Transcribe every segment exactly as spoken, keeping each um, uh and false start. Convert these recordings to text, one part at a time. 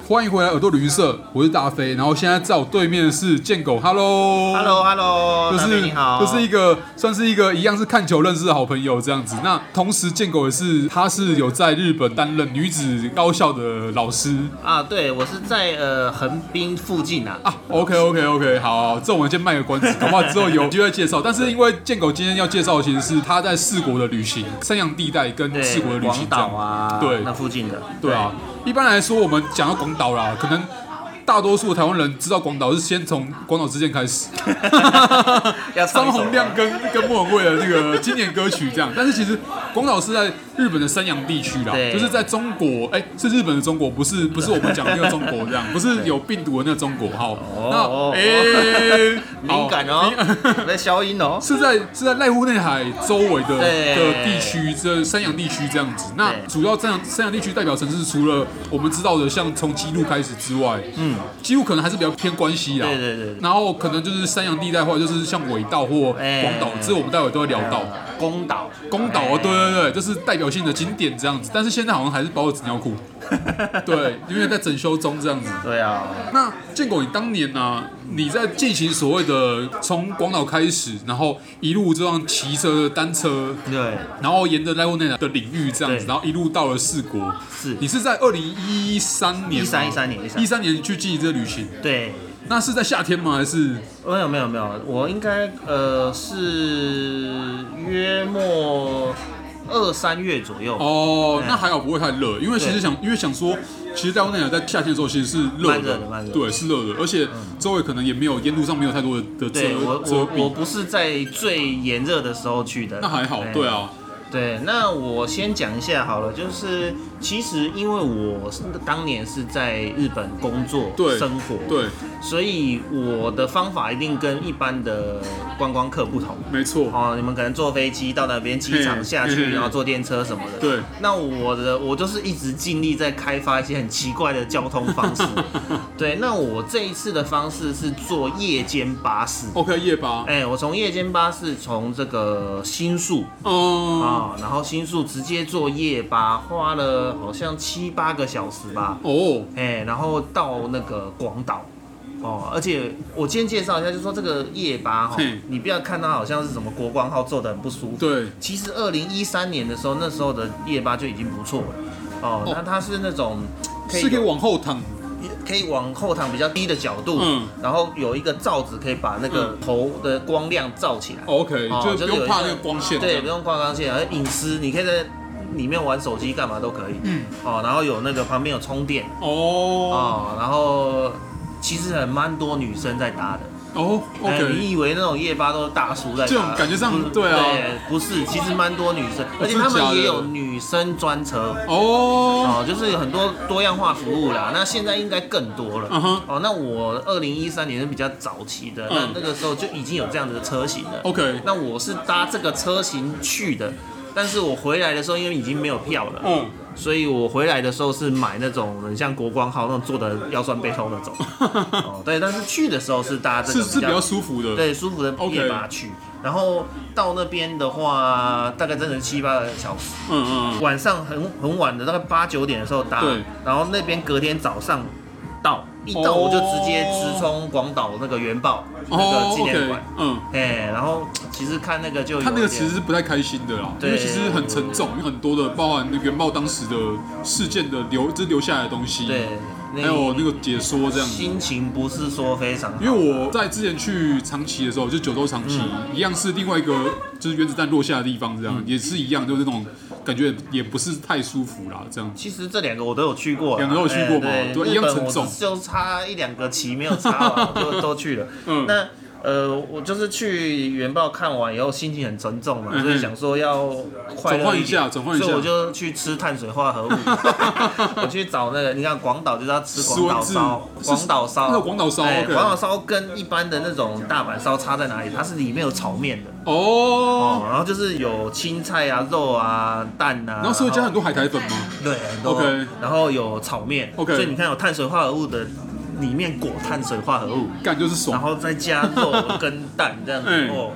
欢迎回来耳朵旅行社，我是大飞，然后现在在我对面的是健狗 ，Hello，Hello，Hello， 就是你好，就是一个算是一个一样是看球认识的好朋友这样子。那同时健狗也是，他是有在日本担任女子高校的老师啊，对我是在呃横滨附近啊。 啊 ，OK OK OK， 好, 好，这我们先卖个关子，搞不好之后有机会介绍。但是因为健狗今天要介绍的其实是他在四国的旅行，山阳地带跟四国的旅行， 广岛啊， 对， 那附近的， 对啊。一般来说，我们讲到广岛啦，可能大多数的台湾人知道广岛是先从广岛之剑开始，张洪量跟跟莫文蔚的那个经典歌曲这样。但是其实广岛是在日本的山阳地区啦，就是在中国，哎、欸，是日本的中国，不是不是我们讲的那个中国这样，不是有病毒的那个中国。好，那哎、欸， 敏感哦，在消音哦， 是在是在濑户内海周围的的地区，这山阳地区这样子。那主要山阳山阳地区代表城市，除了我们知道的像从基路开始之外，嗯，基路可能还是比较偏关西啦， 对对对。 然后可能就是山阳地带，或者就是像尾道或广岛，这我们待会都会聊到。 宫岛， 宫岛哦，对对对，就是代表性的景点这样子。但是现在好像还是包着纸尿裤，对，因为在整修中这样子。 对啊。 那健狗，你当年呢、啊，你在进行所谓的从广岛开始，然后一路这样骑车、单车， 对， 然后沿着濑户内海的领域这样子，然后一路到了四国。 是， 你是在二零一三年， 一三一三年， 一三年去进行这个旅行。 对。 那是在夏天吗？还是没有没有没有，我应该呃是约莫二三月左右。 哦，那还好不会太热，因为其实想因为想说，其实濑户内海在夏天的时候其实是热的， 蛮热的，蛮热的， 对，是热的，而且周围可能也没有沿路上没有太多的的遮遮蔽。 我不是在最炎热的时候去的， 那还好，对啊。 对，那我先讲一下好了，就是其实因为我当年是在日本工作生活， 对， 所以我的方法一定跟一般的观光客不同。 没错， 哦，你们可能坐飞机到那边机场下去，然后坐电车什么的。 对， 那我的我就是一直尽力在开发一些很奇怪的交通方式。对，那我这一次的方式是坐夜间巴士。 OK， 夜巴。 哎、欸，我从夜间巴士从这个新宿， 哦、 啊。然后新宿直接坐夜巴，花了好像七八个小时吧。 哦， 哎，然后到那个广岛，哦，而且我今天介绍一下，就是说这个夜巴哈，你不要看它好像是什么国光号坐得很不舒服， 对， 其实二零一三年的时候，那时候的夜巴就已经不错了。哦，那它是那种可以是可以往后躺。 可以往后躺比较低的角度，嗯，然后有一个罩子可以把那个头的光亮罩起来。 哦、OK，、哦、就不用怕那个光线。 对，不用怕光线，而隐私，你可以在里面玩手机干嘛都可以。嗯，哦，然后有那个旁边有充电。哦，哦，然后其实很蛮多女生在搭的。 哦 ，OK，、欸、 你以为那种夜巴都是大叔在搭？ 这种感觉上，对啊， 对，不是，其实蛮多女生，而且他们也有女生专车。哦，哦，就是有很多多样化服务啦。那现在应该更多了。Uh huh. 哦，那我二零一三年是比较早期的，嗯、那那个时候就已经有这样的车型了。 OK， 那我是搭这个车型去的，但是我回来的时候因为已经没有票了。嗯。所以我回来的时候是买那种很像国光号那种坐的腰酸背痛那种，哦，对，但是去的时候是搭这个是是比较舒服的， 对，舒服的夜巴去， okay. 然后到那边的话，大概真的是七八个小时，嗯嗯，晚上很很晚的，大概八九点的时候搭，对，然后那边隔天早上到。一到我就直接直冲广岛那个原爆那个纪念馆，嗯，哎，然后其实看那个就有看那个其实是不太开心的啦，因为其实很沉重，有很多的包含那原爆当时的事件的留，这留下来的东西，对，还有那个解说这样子， 心情不是说非常好。 因为我在之前去长崎的时候，就九州长崎，嗯、一样是另外一个就是原子弹落下的地方，这样、嗯、也是一样，就是那种感觉也不是太舒服啦，这样。 其实这两个我都有去过， 两个都有去过嘛，欸、对，一样沉重， 就差一两个旗没有插完，就都去了。嗯，那。呃，我就是去原爆看完以后，心情很沉重嘛，嗯、所以想说要快乐一下，转换一下， 所以我就去吃碳水化合物。我去找那个，你看广岛就是要吃广岛烧，广岛烧， 那广岛烧， 哎，广岛烧跟一般的那种大阪烧差在哪里？它是里面有炒面的哦，哦， 然后就是有青菜啊、肉啊、蛋啊， 然后是会加很多海苔粉吗？ 对，很多。 OK， 然后有炒面 ，OK， 所以你看有碳水化合物的。里面裹碳水化合物， 干就是爽， 然后再加肉跟蛋这样子、嗯、哦，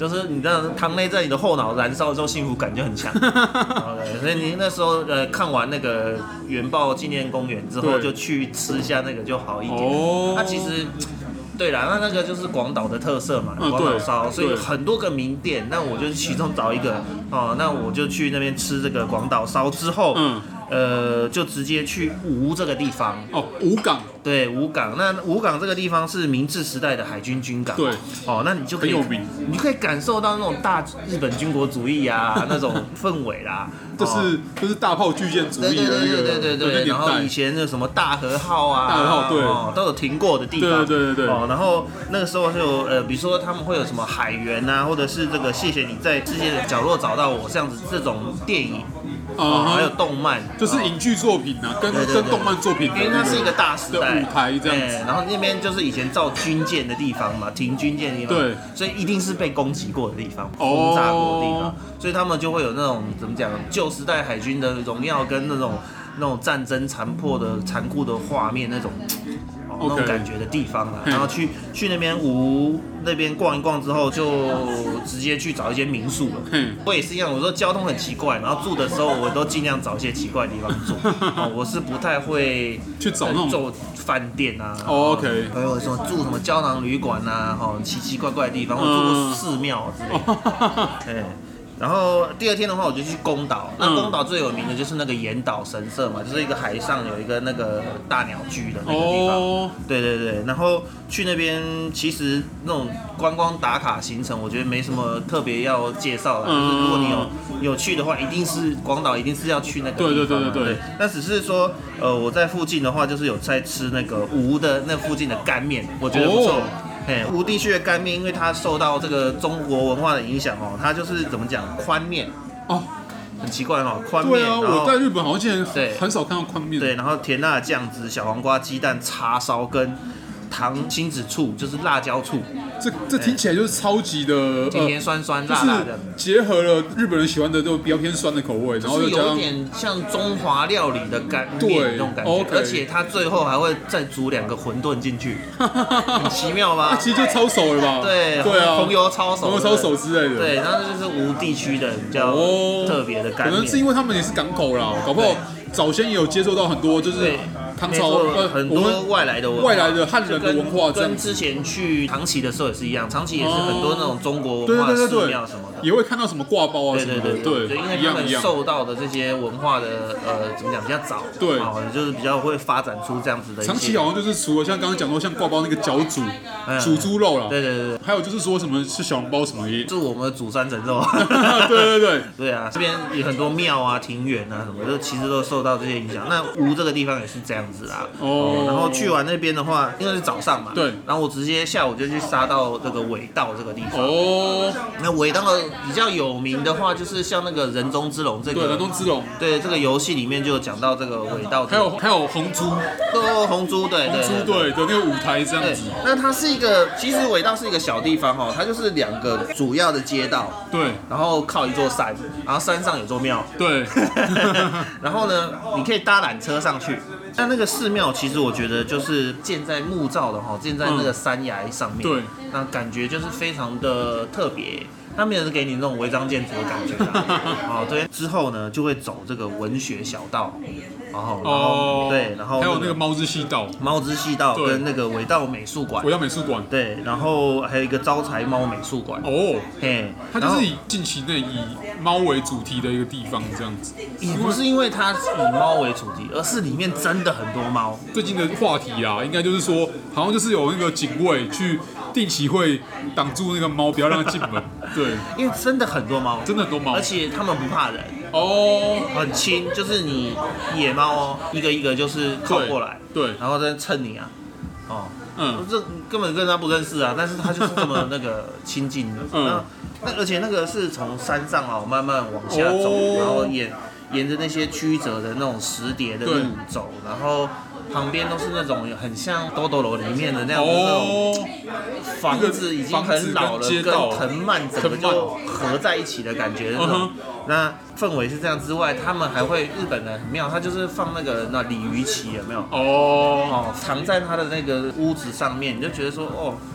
就是你知道堂内在你的后脑燃烧的时候，幸福感就很强。对，所以你那时候呃看完那个原爆纪念公园之后，就去吃一下那个就好一点。哦，那其实。对啦，那那个就是广岛的特色嘛，广岛烧，所以很多个名店，那我就其中找一个哦，那我就去那边吃这个广岛烧之后，嗯，呃，就直接去吴这个地方哦，吴港， 对，吴港，那吴港这个地方是明治时代的海军军港， 对， 哦，那你就可以， 很有名， 你就可以感受到那种大日本军国主义啊那种氛围啦。 就是就是大炮巨舰主义的那个， 对对对对对，然后以前的什么大和号啊， 大和号对、 哦，都有停过的地方， 对对对对， 哦，然后那个时候就有呃，比如说他们会有什么海员啊，或者是这个谢谢你在世界的角落找到我这样子这种电影。哦，还有动漫， 就是影剧作品啊，跟跟动漫作品， 因为它是一个大时代舞台这样子。 然后那边就是以前造军舰的地方嘛，停军舰的地方， 对， 所以一定是被攻击过的地方，轰炸过的地方，所以他们就会有那种怎么讲，旧时代海军的荣耀跟那种那种战争残破的残酷的画面那种。那种感觉的地方啦，然后去去那边吴那边逛一逛之后，就直接去找一间民宿了。我也是一样，我说交通很奇怪，然后住的时候我都尽量找一些奇怪的地方住。哦，我是不太会去找那种饭店啊。 哦 OK。 还有什么住什么胶囊旅馆啊，哈，奇奇怪怪的地方，我住过寺庙之类的。哎。然后第二天的话，我就去宫岛。那宫岛最有名的就是那个岩岛神社嘛，就是一个海上有一个那个大鸟居的那个地方。哦、对对对，然后去那边其实那种观光打卡行程，我觉得没什么特别要介绍的。嗯、就是如果你有有去的话，一定是广岛，一定是要去那个地方。对对对对对。那只是说，呃，我在附近的话，就是有在吃那个吴的那附近的干面，我觉得不错。哦哎，吴地区的干面，因为它受到这个中国文化的影响哦，它就是怎么讲宽面哦，很奇怪哦，宽面。 对啊，我在日本好像现在很少看到宽面。 对，然后甜辣的酱汁、小黄瓜、鸡蛋、叉烧跟糖亲子醋，就是辣椒醋。 这这听起来就是超级的甜甜酸酸辣辣的， 结合了日本人喜欢的这种比较偏酸的口味，然后就是有点像中华料理的干面那种感觉， okay. 而且它最后还会再煮两个馄饨进去，很奇妙吧？ 其实就抄手了吧？ 对对啊， 红油抄手， 红油抄手之类的。 对，然后这就是吴地区的比较特别的干面， 可能是因为他们也是港口啦，搞不好早先也有接受到很多就是唐朝呃很多外来的文化外来的汉人的文化， 跟之前去长崎的时候也是一样，长崎也是很多那种中国文化寺庙什么的， 也会看到什么挂包啊什么的， 对对对，因为他们受到的这些文化的呃怎么讲比较早， 对， 就是比较会发展出这样子的。 长崎好像就是除了像刚刚讲说像挂包那个脚煮煮猪肉啦， 对对对， 还有就是说什么是小笼包什么的， 就是我们的祖山神肉， 对对对对啊，这边有很多庙啊、庭园啊什么，就其实都受到这些影响。那吴这个地方也是这样子啊，哦，然后去完那边的话，因为是早上嘛， 对， 然后我直接下午就去杀到这个尾道这个地方，哦，那尾道比较有名的话，就是像那个人中之龙这个， 对，人中之龙， 对，这个游戏里面就有讲到这个尾道， 还有还有红猪， 哦，红猪，对， 红猪对的那个舞台这样子。 那它是一个，其实尾道是一个小地方哦，它就是两个主要的街道， 对， 然后靠一座山，然后山上有座庙， 对， 然后呢，你可以搭缆车上去。但那个寺庙其实我觉得就是建在木造的哈，建在那个山崖上面， 对， 那感觉就是非常的特别。它没有给你那种违章建筑的感觉啦。哦，对，之后呢就会走这个文学小道，然后，然后、哦、对，然后、那個、 还有那个猫之细道， 猫之细道跟那个尾道美术馆， 尾道美术馆， 对，然后还有一个招财猫美术馆。 哦，嘿，它就是以近期内以猫为主题的一个地方，这样子。 也不是因为它以猫为主题，而是里面真的很多猫。 最近的话题啊，应该就是说，好像就是有那个警卫去定期会挡住那个猫，不要让它进门。对， 因为真的很多猫， 真的很多猫， 而且它们不怕人哦， 很轻，就是你野猫哦，一个一个就是靠过来， 对，对然后再蹭你啊，哦，嗯，这根本跟它不认识啊，但是它就是这么那个亲近的，嗯，那而且那个是从山上哦慢慢往下走，哦、然后沿沿着那些曲折的那种石叠的路走，然后。旁边都是那种很像多多楼里面的那样的那种房子，已经很老了，跟藤蔓整个就合在一起的感觉那种。那氛围是这样之外，他们还会日本人很妙，他就是放那个那鲤鱼旗有没有？哦哦，藏在他的那个屋子上面，你就觉得说哦。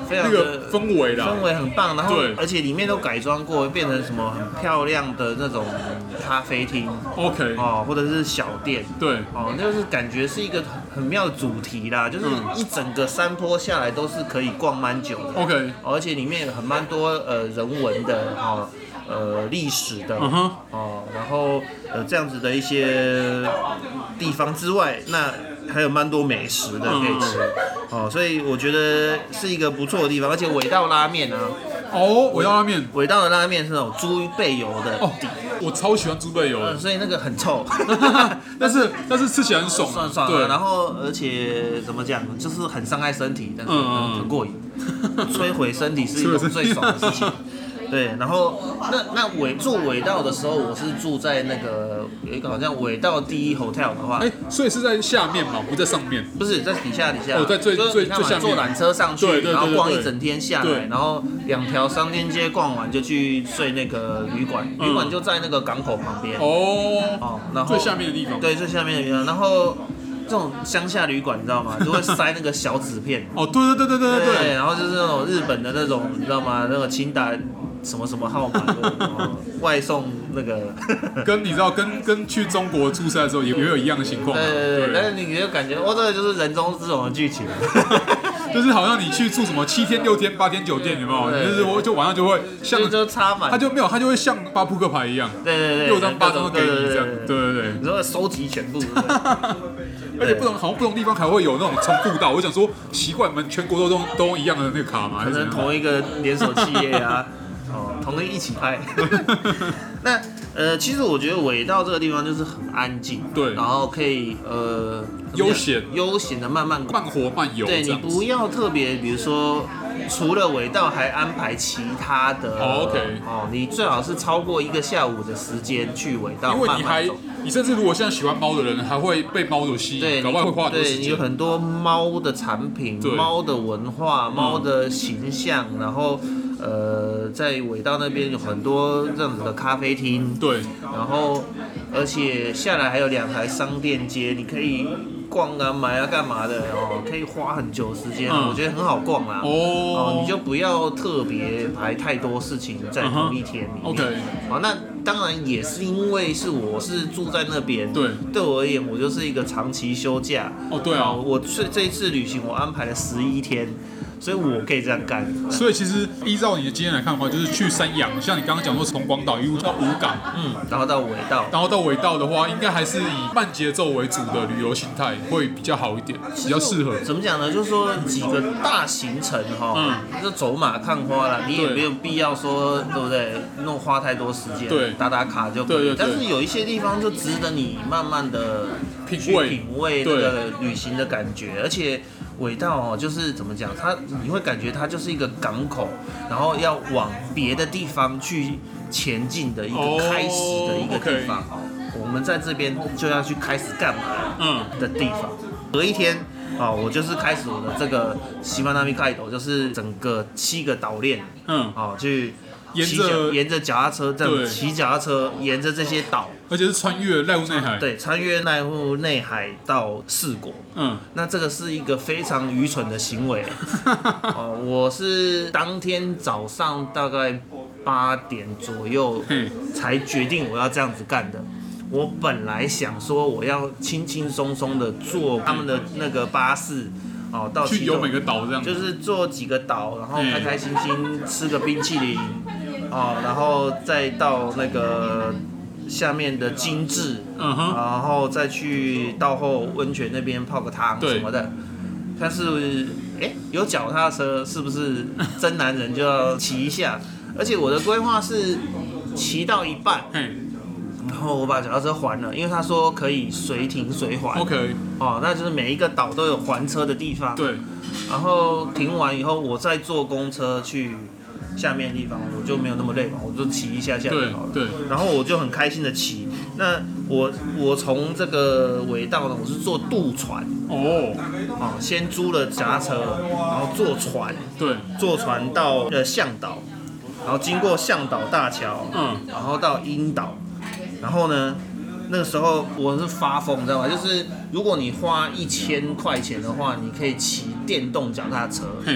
非常的那个氛围啦， 氛围很棒，然后而且里面都改装过，变成什么很漂亮的那种咖啡厅 ，OK， 哦，或者是小店， 对， 哦，那就是感觉是一个很很妙的主题啦，就是一整个山坡下来都是可以逛蛮久的 ，OK， 哦，而且里面有很蛮多呃人文的哦。呃，历史的、uh-huh. 哦，然后呃这样子的一些地方之外，那还有蛮多美食的可以吃、嗯、哦，所以我觉得是一个不错的地方，而且尾道拉面啊， 哦，尾道拉面， 尾道的拉面是那种猪背油的哦，我超喜欢猪背油的、 嗯，所以那个很臭， 但是但是吃起来很爽， 爽爽的，然后而且怎么讲，就是很伤害身体，但是很, 很过瘾，摧毁身体是一种最爽的事情。对，然后那那尾住尾道的时候，我是住在那个有一个好像尾道第一 hotel 的话， 哎，所以是在下面嘛，不在上面？ 不是在底下底下， 哦，在最最最下面， 坐缆车上去， 对对对对对， 然后逛一整天下来，然后两条商店街逛完就去睡那个旅馆，旅馆就在那个港口旁边。 哦哦，然后最下面的地方， 对，最下面的地方，然后。这种乡下旅馆你知道吗？就会塞那个小纸片。 哦，对对对对对对。 对，然后就是那种日本的那种，你知道吗？那个请打什么什么号码的、哦、外送那个。 跟你知道，跟跟去中国出差的时候也也有一样的情况、啊。 对对对，但是你就感觉，哦，这个就是人中之龙的剧情。 就是好像你去住什么七天六天八天酒店，有没有？就是我就晚上就会像就插满， 他就没有，他就会像八扑克牌一样， 对对对， 六张八张都给你这样，对对对， 你说收集全部。 而且不同好像不同地方还会有那种重复到，我想说奇怪，你们全国都都都用一样的那个卡吗？ 可能同一个连锁企业啊，哦，同一一起拍。那呃，其实我觉得尾道这个地方就是很安静， 对， 然后可以呃悠闲悠闲的慢慢慢活慢游， 对你不要特别，比如说。除了尾道，还安排其他的。 哦 ，OK， 哦，你最好是超过一个下午的时间去尾道， 因为你还，你甚至如果像喜欢猫的人，还会被猫所吸引， 对， 搞不好会花很多时间。 对，你有很多猫的产品、猫的文化、猫的形象，然后呃，在尾道那边有很多这样子的咖啡厅， 对， 然后而且下来还有两台商店街，你可以。逛啊买啊干嘛的哦，可以花很久时间、嗯，我觉得很好逛啦。哦，哦你就不要特别排太多事情在同一天里面。 OK， 好，那当然也是因为是我是住在那边， 对， 对我而言，我就是一个长期休假。 哦，对啊， 我这这一次旅行我安排了十一天。所以我可以这样干。 所以其实依照你的经验来看的话，就是去山阳，像你刚刚讲说从广岛一路到武港， 嗯，然后到尾道， 然后到尾道的话，应该还是以慢节奏为主的旅游形态会比较好一点，比较适合。 怎么讲呢？就是说几个大行程哈，嗯，就走马看花啦，你也没有必要说对不对？弄花太多时间， 对， 打打卡就可以。 对对对。 但是有一些地方就值得你慢慢的品味品味那个旅行的感觉，而且。尾道哦，就是怎么讲，它你会感觉它就是一个港口，然后要往别的地方去前进的一个开始的一个地方。Oh, okay. 我们在这边就要去开始干嘛？嗯的地方。隔一天啊、哦，我就是开始我的这个西马纳米盖斗，就是整个七个岛链，嗯，哦，去。沿着沿着脚踏车这样骑脚踏车，沿着这些岛， 而且是穿越濑户内海。 对，穿越濑户内海到四国。嗯，那这个是一个非常愚蠢的行为。哦，我是当天早上大概八点左右才决定我要这样子干的。我本来想说我要轻轻松松的坐他们的那个巴士。哦，到去游每个岛这样， 就是坐几个岛，然后开开心心吃个冰淇淋，哦，然后再到那个下面的精致，嗯哼，然后再去道后温泉那边泡个汤什么的。但是，哎，有脚踏车是不是真男人就要骑一下？而且我的规划是骑到一半。然后我把脚踏车还了，因为他说可以随停随还。 OK。 哦，那就是每一个岛都有还车的地方。 对。 然后停完以后，我再坐公车去下面的地方，我就没有那么累嘛，我就骑一下下就好了。 对。对。 然后我就很开心的骑。那我我从这个尾道呢，我是坐渡船。哦。哦，先租了脚踏车，然后坐船。 对。坐船到呃向岛，然后经过向岛大桥，嗯，然后到樱岛。然后呢，那个时候我是发疯，你知道吗？就是如果你花一千块钱的话，你可以骑电动脚踏车，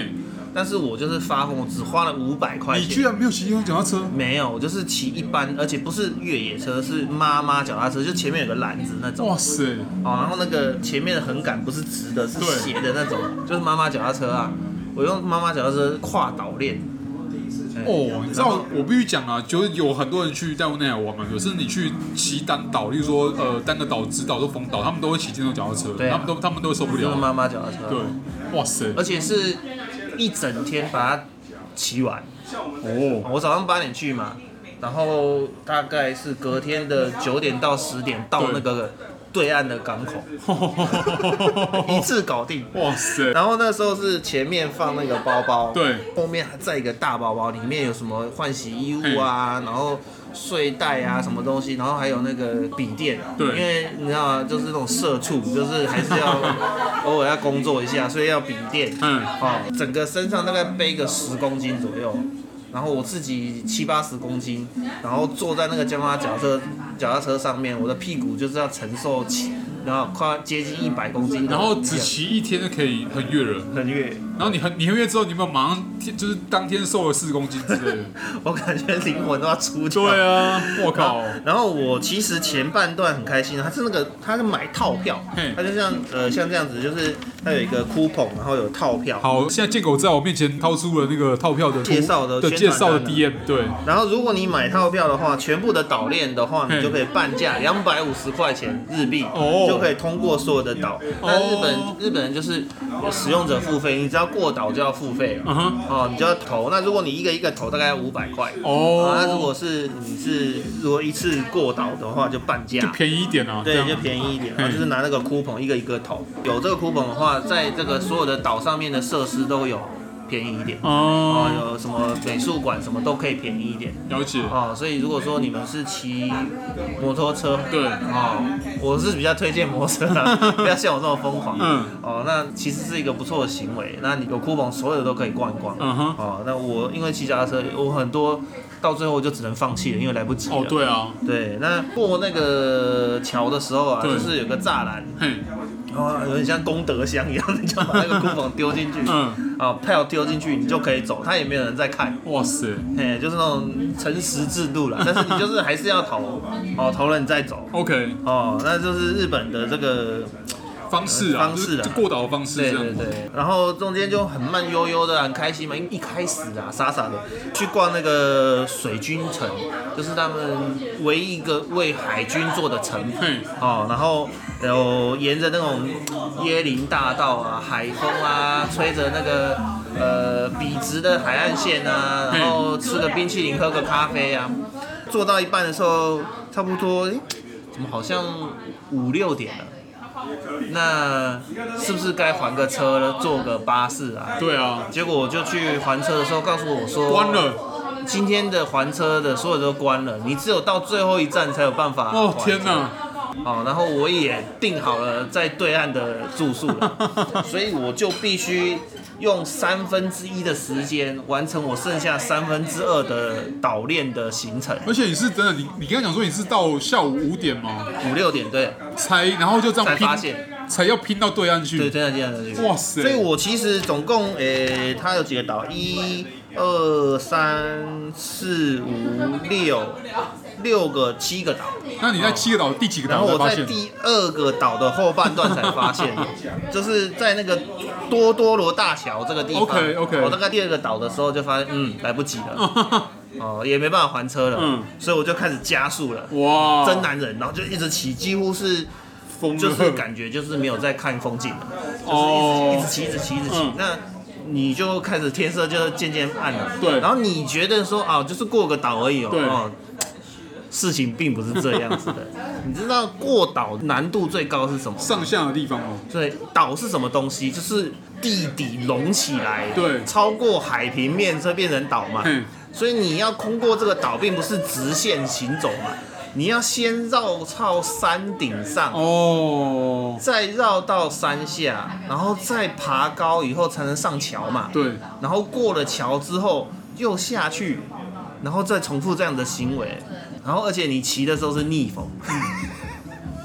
但是我就是发疯，我只花了五百块钱。 你居然没有骑电动脚踏车？ 没有，我就是骑一般，而且不是越野车，是妈妈脚踏车，就前面有个篮子那种。 哇塞！ 哦，然后那个前面的横杆不是直的，是斜的那种，就是妈妈脚踏车啊。我用妈妈脚踏车跨岛练。 哦，你知道我必须讲啊，就是有很多人去大陆内海玩嘛，有时你去骑单岛，例如说呃单个岛、直岛或风岛，他们都会骑电动脚踏车， 对啊、 他们都他们都受不了。 就是妈妈脚踏车。 对，哇塞！ 而且是一整天把它骑完。哦，我早上八点去嘛，然后大概是隔天的九点到十点到那个对岸的港口，一次搞定。 哇塞！ 然后那时候是前面放那个包包， 对， 后面还载一个大包包，里面有什么换洗衣物啊，然后睡袋啊什么东西，然后还有那个笔电， 对， 因为你知道吗，就是那种社畜，就是还是要偶尔要工作一下，所以要笔电，嗯，哦，整个身上大概背个十公斤左右。然后我自己七八十公斤，然后坐在那个江妈脚车脚踏车上面，我的屁股就是要承受起，然后快接近一百公斤， 然后只骑一天就可以横越了， 横越。 然后你横你横越之后，你有没有马上就是当天瘦了四公斤之类的？ 我感觉灵魂都要出窍。 对啊，我靠！ 然后我其实前半段很开心，他是那个他是买套票，他就像呃像这样子，就是他有一个 coupon， 然后有套票。 好，现在健狗在我面前掏出了那个套票的介绍的的介绍的 D M， 对。 然后如果你买套票的话，全部的岛链的话，你就可以半价两百五十块钱日币，哦，就可以通过所有的岛。那日本日本人就是使用者付费，你只要过岛就要付费了，哦，你就要投。那如果你一个一个投，大概要五百块。哦，那如果是你是如果一次过岛的话，就半价， 就便宜一点啊。 对，就便宜一点。然后就是拿那个 coupon 一个一个投，有这个 coupon 的话，在这个所有的岛上面的设施都有便宜一点哦，有什么美术馆什么都可以便宜一点。 了解哦，所以如果说你们是骑摩托车， 对哦，我是比较推荐摩托车的，不要像我这么疯狂。嗯，哦，那其实是一个不错的行为。那你有coupon，所有的都可以逛一逛。嗯哼，哦，那我因为骑脚踏车，我很多到最后就只能放弃了，因为来不及了。 哦，对啊， 对，那过那个桥的时候啊，就是有个栅栏。哦，有点像功德箱一样，你就把那个coupon丢进去，嗯，啊，票丢进去，你就可以走，他也没有人在看。哇塞，嘿，就是那种诚实制度啦，但是你就是还是要投，哦，投了你再走。OK， 哦，那就是日本的这个方式啊， 方式啊， 过岛的方式。 对对对，然后中间就很慢悠悠的，很开心嘛。一开始啊，傻傻的去逛那个水军城，就是他们唯一一个为海军做的城。哦，然后有沿着那种椰林大道啊，海风啊，吹着那个呃笔直的海岸线啊，然后吃个冰淇淋，喝个咖啡啊。做到一半的时候，差不多，哎，怎么好像五六点了？那是不是该还个车了，坐个巴士啊？ 对啊。 结果我就去还车的时候，告诉我说关了。 今天的还车的所有都关了，你只有到最后一站才有办法还车。 哦天哪！ 哦，然后我也订好了在对岸的住宿了，所以我就必须用三分之一的时间完成我剩下三分之二的岛链的行程。 而且你是真的，你你刚刚讲说你是到下午五点吗？ 五六点对， 才然后就这样才发现， 才要拼到对岸去。 对，对岸对岸去。 哇塞！ 所以我其实总共诶，它有几个岛？一、二、三、四、五、六。六个、七个岛， 那你在七个岛第几个岛？ 然后我在第二个岛的后半段才发现，就是在那个多多罗大桥这个地方。 OK OK。 我大概第二个岛的时候就发现，嗯，来不及了，哦，也没办法还车了，嗯，所以我就开始加速了。哇，真男人，然后就一直骑，几乎是，就是感觉就是没有在看风景了，就是一直一直骑，一直骑，一直骑。那你就开始天色就渐渐暗了，对。然后你觉得说啊，就是过个岛而已哦，对。事情并不是这样子的，你知道过岛难度最高是什么？ 上下的地方哦。 对，岛是什么东西？就是地底隆起来， 对， 超过海平面才变成岛嘛。所以你要通过这个岛，并不是直线行走嘛，你要先绕到山顶上，哦，再绕到山下，然后再爬高以后才能上桥嘛。对，然后过了桥之后又下去，然后再重复这样的行为。然后，而且你骑的时候是逆风，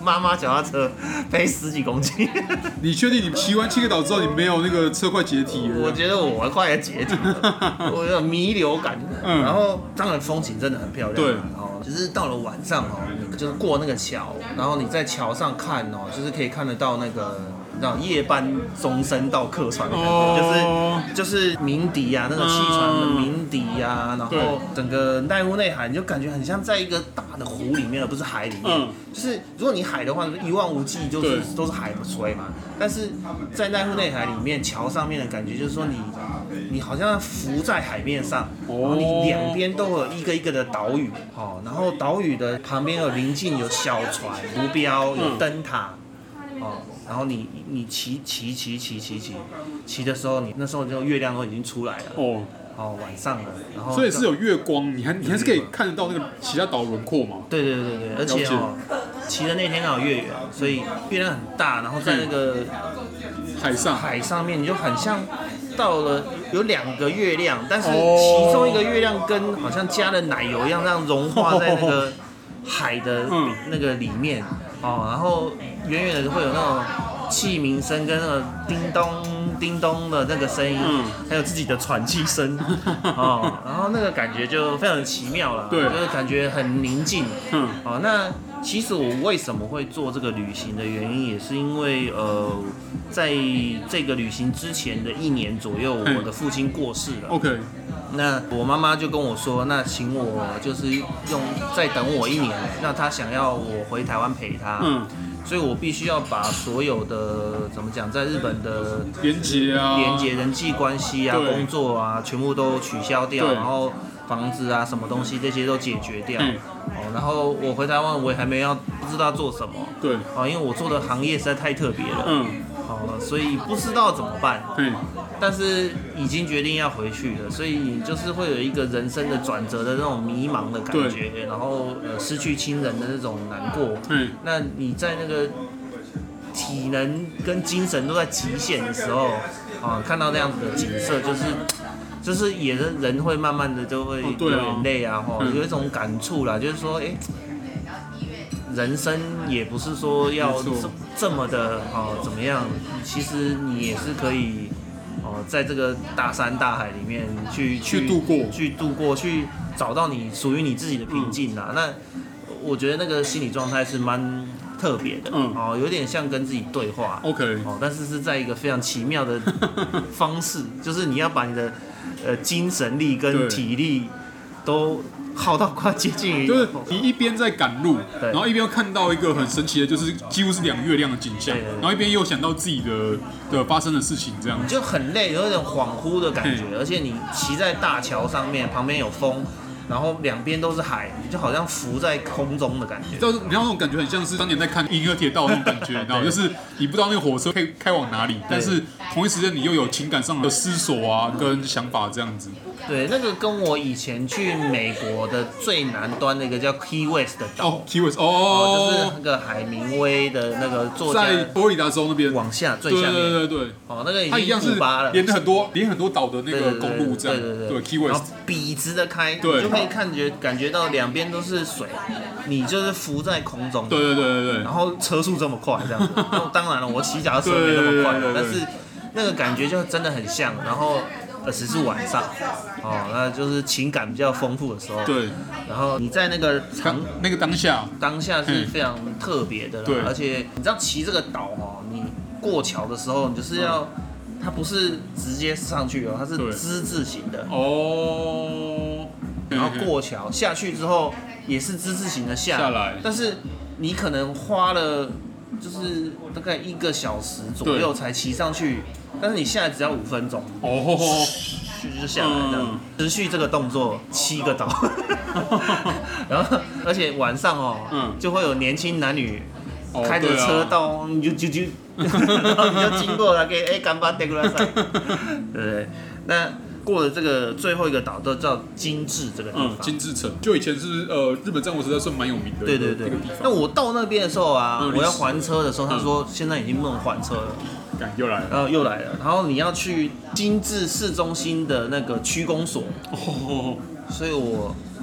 妈妈脚踏车背十几公斤。 你确定你骑完七个岛之后，你没有那个车快解体了？ 我觉得我快要解体了，我有弥留感。嗯，然后当然风景真的很漂亮。对，哦，就是到了晚上哦，你就是过那个桥，然后你在桥上看哦，就是可以看得到那个。那种夜班钟声到客船的感觉， oh. 就是就是鸣笛啊，那个汽船的鸣笛啊，然后整个濑户内海，你就感觉很像在一个大的湖里面，而不是海里面。嗯、就是如果你海的话，一望无际，就是都是海水嘛。但是在濑户内海里面，桥上面的感觉就是说你你好像浮在海面上， oh. 然后你两边都有一个一个的岛屿，好，然后岛屿的旁边有临近有小船、浮标、有灯塔，哦。然后你你骑骑骑骑骑骑骑的时候，你那时候就月亮都已经出来了哦，哦晚上了，然后所以是有月光，你还你还是可以看得到那个其他岛轮廓嘛？ 对对对对，而且哦，骑的那天刚好月圆，所以月亮很大，然后在那个海上海上面你就很像到了有两个月亮，但是其中一个月亮跟好像加了奶油一样，这样融化在那个海的那个里面。哦，然后远远的会有那种器皿声跟那个叮咚叮咚的那个声音，嗯、还有自己的喘气声，哦，然后那个感觉就非常的奇妙了，对，就是感觉很宁静，嗯，哦，那其实我为什么会做这个旅行的原因，也是因为呃，在这个旅行之前的一年左右，我的父亲过世了 ，OK。 那我妈妈就跟我说，那请我就是用再等我一年，那她想要我回台湾陪她，嗯，所以我必须要把所有的怎么讲，在日本的连结啊、 连结人际关系啊、工作啊，全部都取消掉，然后房子啊、什么东西这些都解决掉，嗯、哦，然后我回台湾，我也还没要不知道做什么，对，啊，因为我做的行业实在太特别了，嗯。好了，所以不知道怎么办。嗯，但是已经决定要回去了，所以就是会有一个人生的转折的那种迷茫的感觉，然后呃失去亲人的那种难过。嗯，那你在那个体能跟精神都在极限的时候，啊，看到那样子的景色，就是就是也是人会慢慢的就会有眼泪啊，哈、哦，有一种感触啦，就是说，哎、欸。人生也不是说要这这么的哦怎么样，其实你也是可以哦在这个大山大海里面去去度过， 去度过，去找到你属于你自己的平静啦。嗯、那我觉得那个心理状态是蛮特别的，嗯，哦，有点像跟自己对话 ，OK， 哦，但是是在一个非常奇妙的方式，就是你要把你的呃精神力跟体力都。耗到快接近于， 就是你一边在赶路，然后一边又看到一个很神奇的，就是几乎是两月亮的景象，然后一边又想到自己的的发生的事情，这样你就很累，有一种恍惚的感觉，而且你骑在大桥上面，旁边有风。然后两边都是海，你就好像浮在空中的感觉。 你知道，你知道那种感觉很像是当年在看银河铁道那种感觉，然后就是你不知道那个火车可以开往哪里，但是同一时间你又有情感上的思索啊，跟想法这样子。 对，那个跟我以前去美国的最南端的一个叫 Key West 的岛， 哦 ，Key West， 哦， 就是那个海明威的那个作家， 在佛罗里达州那边往下最下面， 对对对对， 哦，那个已经古巴了， 连很多连很多岛的那个公路这样，对对对 ，Key West， 然后笔直的开，对，就可以看觉感觉到两边都是水，你就是浮在空中， 对对对对对， 然后车速这么快这样子，当然了，我骑脚踏车没那么快，但是那个感觉就真的很像，然后。而且是晚上，哦，那就是情感比较丰富的时候。对。然后你在那个长那个当下， 当下是非常特别的了。对。而且你知道骑这个岛哦，你过桥的时候，你就是要，它不是直接上去哦，它是之字形的。哦。然后过桥下去之后，也是之字形的下下来，但是你可能花了就是大概一个小时左右才骑上去。但是你下来只要五分钟，哦，就下来这样，持续这个动作七个岛，然后而且晚上哦，嗯，就会有年轻男女开着车到，你就就就，然后你就经过了，给哎干巴带过来噻，对不对？那过了这个最后一个岛都叫金治这个地方，嗯， 金治城，就以前是呃日本战国时代算蛮有名的， 对对对，那我到那边的时候啊，我要还车的时候，他说现在已经不能还车了。 又来了， 然后又来了，然后你要去金治市中心的那个区公所，哦，所以我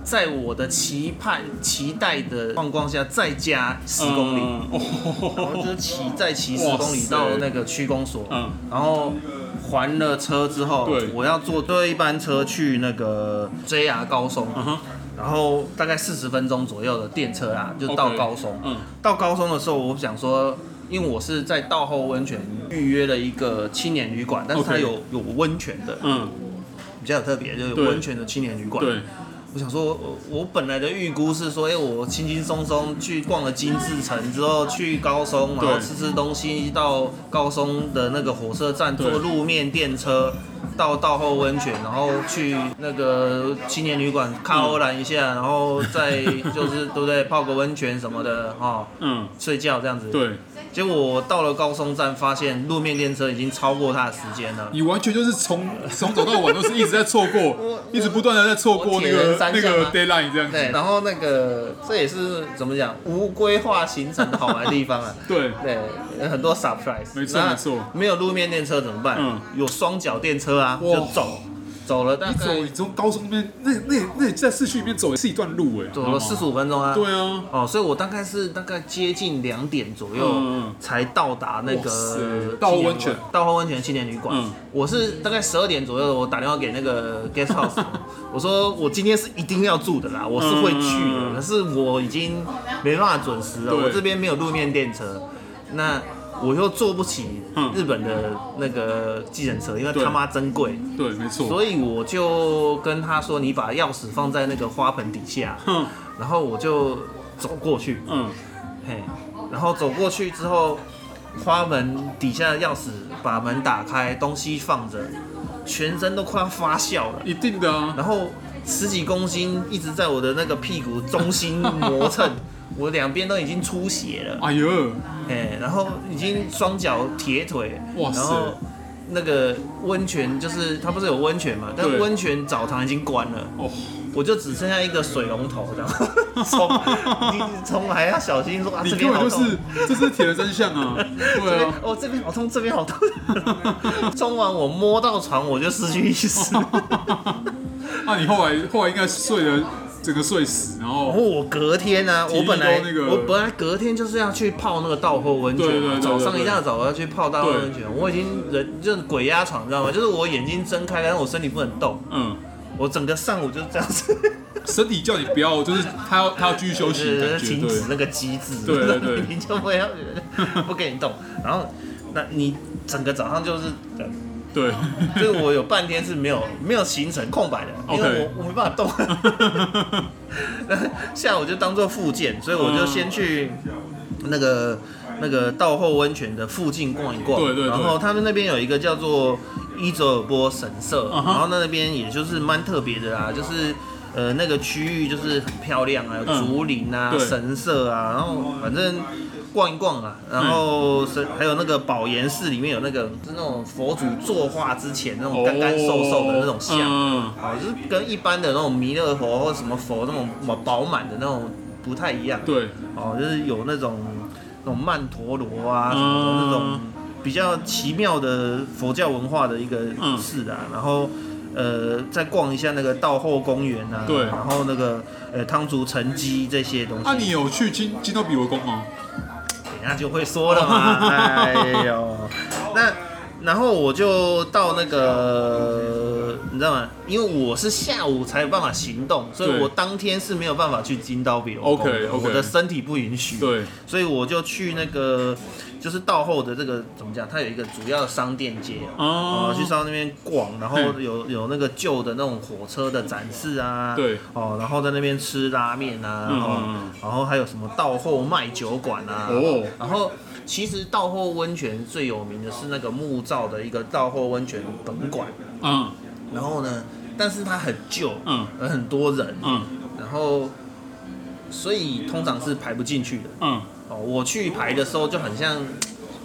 在我的期盼、期待的状况下，再加十公里，嗯哦、然后就是骑再骑十公里到那个区公所，嗯、然后还了车之后，我要坐最后一班车去那个 J R 高松，嗯、然后大概四十分钟左右的电车啊，就到高松。Okay, 嗯、到高松的时候，我想说，因为我是在道后温泉预约了一个青年旅馆，但是它有 okay, 有温泉的，嗯，比较有特别，就有温泉的青年旅馆。对。我想说，我我本来的预估是说，哎、欸，我轻轻松松去逛了金志城之后，去高松，然后吃吃东西，到高松的那个火车站坐路面电车到道后温泉，然后去那个青年旅馆卡欧兰一下，然后再就是对不对，泡个温泉什么的，哈，嗯，睡觉这样子。对。结果我到了高松站，发现路面电车已经超过它的时间了。 你完全就是从从早到晚都是一直在错过，一直不断的在错过那个那个 deadline 这样子。 对，然后那个这也是怎么讲无规划行程的好玩的地方啊。对对，很多 surprise。 没错没错。 没有路面电车怎么办？嗯，有双脚电车啊，就走。走了大概， 你走，你从高松那边，那那那在市区里面走也是一段路哎， 走了四十五分钟啊。 对啊， 哦，所以我大概是大概接近两点左右才到达那个道后温泉， 道后温泉青年旅馆。嗯、我是大概十二点左右，我打电话给那个 guest house， 我说我今天是一定要住的啦，我是会去的，嗯、可是我已经没办法准时了，我这边没有路面电车，那。我又坐不起日本的那个计程车，因为他妈真贵。 对，没错。 所以我就跟他说：“你把钥匙放在那个花盆底下。”然后我就走过去。嗯，嘿，然后走过去之后，花盆底下的钥匙把门打开，东西放着，全身都快要发酵了。 一定的啊。 然后十几公斤一直在我的那个屁股中心磨蹭。我两边都已经出血了， 哎呦， 哎，然后已经双脚铁腿，哇塞，然后那个温泉就是它不是有温泉嘛，但温泉澡堂已经关了，哦，我就只剩下一个水龙头这样，冲，你冲还要小心说啊，这边好痛， 这是铁的真相啊，对啊， 哦这边好痛，这边好痛，冲完我摸到床我就失去意识， 那你后来后来应该睡了。整个睡死，然后我隔天呢、啊，我本来、那個、我本来隔天就是要去泡那个道后温泉，對對對對對，早上一大早我要去泡道后温泉，我已经人就是鬼压床，知道吗？就是我眼睛睁开，但是我身体不能动，嗯，我整个上午就是这样子， 身体叫你不要，就是他要他要继续休息， 就是停止那个机制， 对对对， 你就不要不给你动，然后那你整个早上就是。 对， 所以我有半天是没有没有行程空白的，因为我我没办法动。下午就当做复健，所以我就先去那个那个道后温泉的附近逛一逛。对对对。然后他们那边有一个叫做伊佐尔波神社，然后那边也就是蛮特别的啦，就是呃那个区域就是很漂亮啊，有竹林啊、神社啊，然后反正。逛一逛啊，然后是还有那个宝岩寺里面有那个是那种佛祖作画之前那种干干瘦瘦的那种像，哦，嗯、就是跟一般的那种弥勒佛或者什么佛那种饱满的那种不太一样。对，哦，就是有那种那种曼陀罗啊什么的那种比较奇妙的佛教文化的一个寺啊，然后。呃，再逛一下那个道后公园啊，对，然后那个呃汤竹城基这些东西。 啊，你有去金金刀比罗宫吗？ 等一下就会说了嘛。哎呦，那然后我就到那个，你知道吗？因为我是下午才有办法行动，所以我当天是没有办法去金刀比罗宫的。OK OK， 我的身体不允许。对，所以我就去那个。就是道后的这个怎么讲？它有一个主要的商店街哦，哦去上那边逛，然后有有那个旧的那种火车的展示啊，对，哦，然后在那边吃拉面啊，然后、嗯、然后还有什么道后卖酒馆啊，哦，然后其实道后温泉最有名的是那个木造的一个道后温泉本馆，嗯，然后呢，但是它很旧，嗯，而很多人，嗯，然后所以通常是排不进去的，嗯。我去排的时候就很像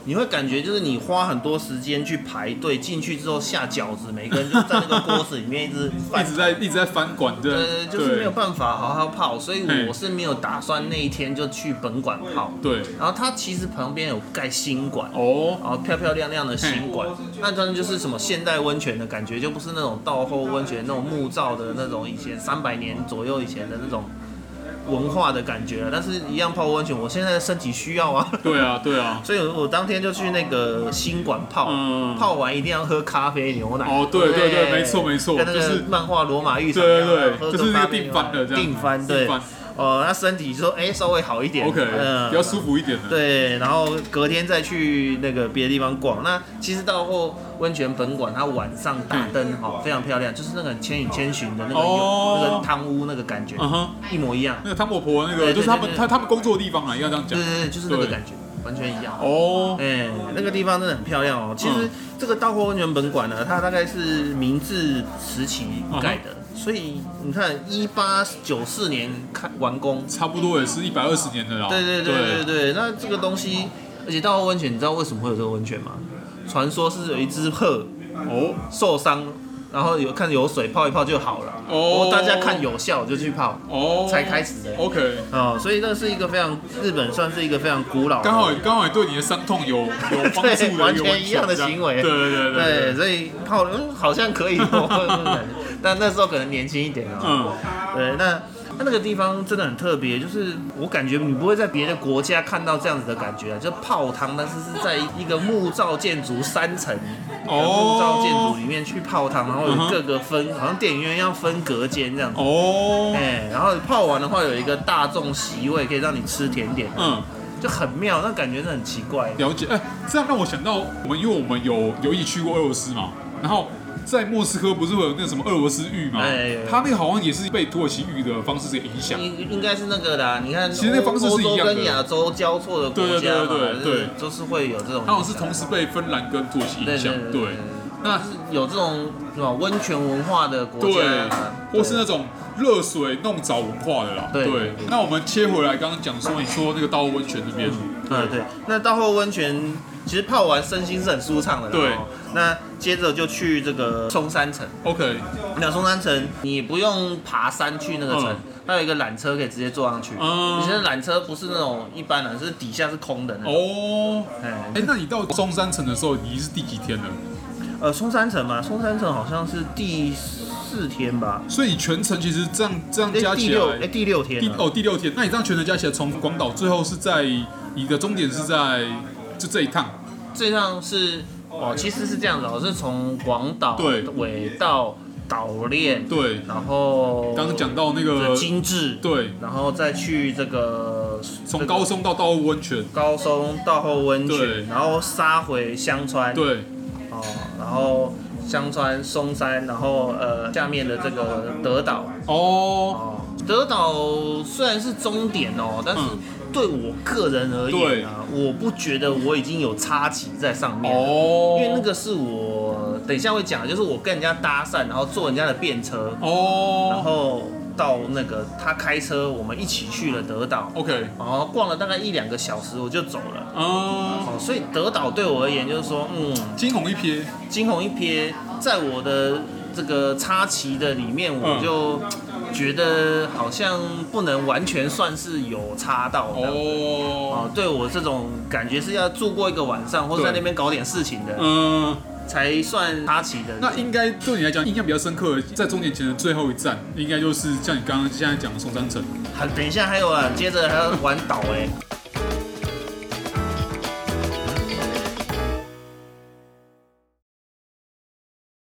你会感觉就是你花很多时间去排队进去之后下饺子，每个人就在那个锅子里面一直一直在一直在翻馆，对对，就是没有办法好好泡，所以我是没有打算那一天就去本馆泡。 对， 然后它其实旁边有盖新馆哦， 然后漂漂亮亮的新馆，那真的就是什么现代温泉的感觉，就不是那种道后温泉那种木造的那种以前三百年左右以前的那种文化的感觉了，但是一样泡温泉，我现在的身体需要啊。 对啊，对啊。 所以我当天就去那个新馆泡，嗯、泡完一定要喝咖啡牛奶。 哦，对对对，没错没错， 跟那个漫画罗马浴场， 对对对，就是那个定番的这样。 定番对。哦，那身体说哎、欸、稍微好一点 ，OK，、嗯、比较舒服一点的。 对，然后隔天再去那个别的地方逛。那其实到后温泉本馆，它晚上打灯哦，非常漂亮，就是那个《千与千寻》的那个、哦、那个汤屋那个感觉，嗯、一模一样。 那个汤婆婆那个就是他们他他们工作的地方啊，应该这样讲。 对对对，就是那个感觉。完全一样哦， 哎、欸，那个地方真的很漂亮哦。其实、嗯、这个道后温泉本馆呢，它大概是明治时期盖的，嗯、所以你看一八九四年开完工， 差不多也是一百二十年的啦。 对对对对 对, 对，那这个东西，而且道后温泉，你知道为什么会有这个温泉吗？传说是有一只鹤哦受伤。然后有看有水泡一泡就好了，哦， oh, 大家看有效就去泡，哦， oh, 才开始的 ，OK， 哦，所以这是一个非常日本算是一个非常古老的， 刚好刚好对你的伤痛有有帮助的完全一样的行为， 对对对 对, 对，所以泡嗯好像可以哦，但那时候可能年轻一点哦，嗯，对，那。它那个地方真的很特别，就是我感觉你不会在别的国家看到这样子的感觉，就泡汤，但是是在一个木造建筑三层的木造建筑里面去泡汤，然后有各个分，好像电影院一样分隔间这样子。哦，哎，然后泡完的话有一个大众席位，可以让你吃甜点。嗯。就很妙，那感觉是很奇怪。 了解，哎、欸，这样让我想到我们，因为我们有有一起去过俄罗斯嘛，然后。在莫斯科不是会有那个什么俄罗斯浴吗？哎，他那个好像也是被土耳其浴的方式给影响。 应应该是那个啦，你看， 其实那方式是一样的。欧洲跟亚洲交错的国家嘛， 对对对对对， 就是会有这种。 它好像是同时被芬兰跟土耳其影响，对。 那有这种什么温泉文化的国家， 或是那种热水弄澡文化的啦。对。那我们切回来，刚刚讲说，你说那个道后温泉那边， 嗯，对。那道后温泉其实泡完身心是很舒畅的。 对。 那接着就去这个松山城 ，OK。 那松山城你不用爬山去那个城，嗯、它有一个缆车可以直接坐上去。嗯。其实缆车不是那种一般的，是底下是空的那种。哦。 哎、欸，那你到松山城的时候，你是第几天了？ 呃，松山城嘛，松山城好像是第四天吧。 所以全程其实这样这样加起来， 哎、欸，第六天。 第哦，第六天。那你这样全程加起来，从广岛最后是在你的终点是在就这一趟。 这一趟是。哦，其实是这样的，我是从广岛尾到岛链， 对， 然后刚刚讲到那个金治， 对， 然后再去这个从高松到道后温泉， 高松道后温泉，然后杀回香川， 对， 哦，然后香川松山，然后呃下面的这个德岛，哦，哦德岛虽然是终点哦，但是。嗯对我个人而言啊，我不觉得我已经有插旗在上面了，哦，因为那个是我等一下会讲，就是我跟人家搭讪，然后坐人家的便车，哦，然后到那个他开车，我们一起去了德岛 ，OK， 然后逛了大概一两个小时，我就走了，哦，所以德岛对我而言就是说，嗯， 惊鸿一瞥， 惊鸿一瞥，在我的这个插旗的里面，我就。嗯觉得好像不能完全算是有插到的哦，哦，对我这种感觉是要住过一个晚上，或者在那边搞点事情的，嗯，才算插旗的。 那应该对你来讲印象比较深刻，在终点前的最后一站，应该就是像你刚刚现在讲的松山城。 等一下还有啊，接着还要玩岛哎、欸。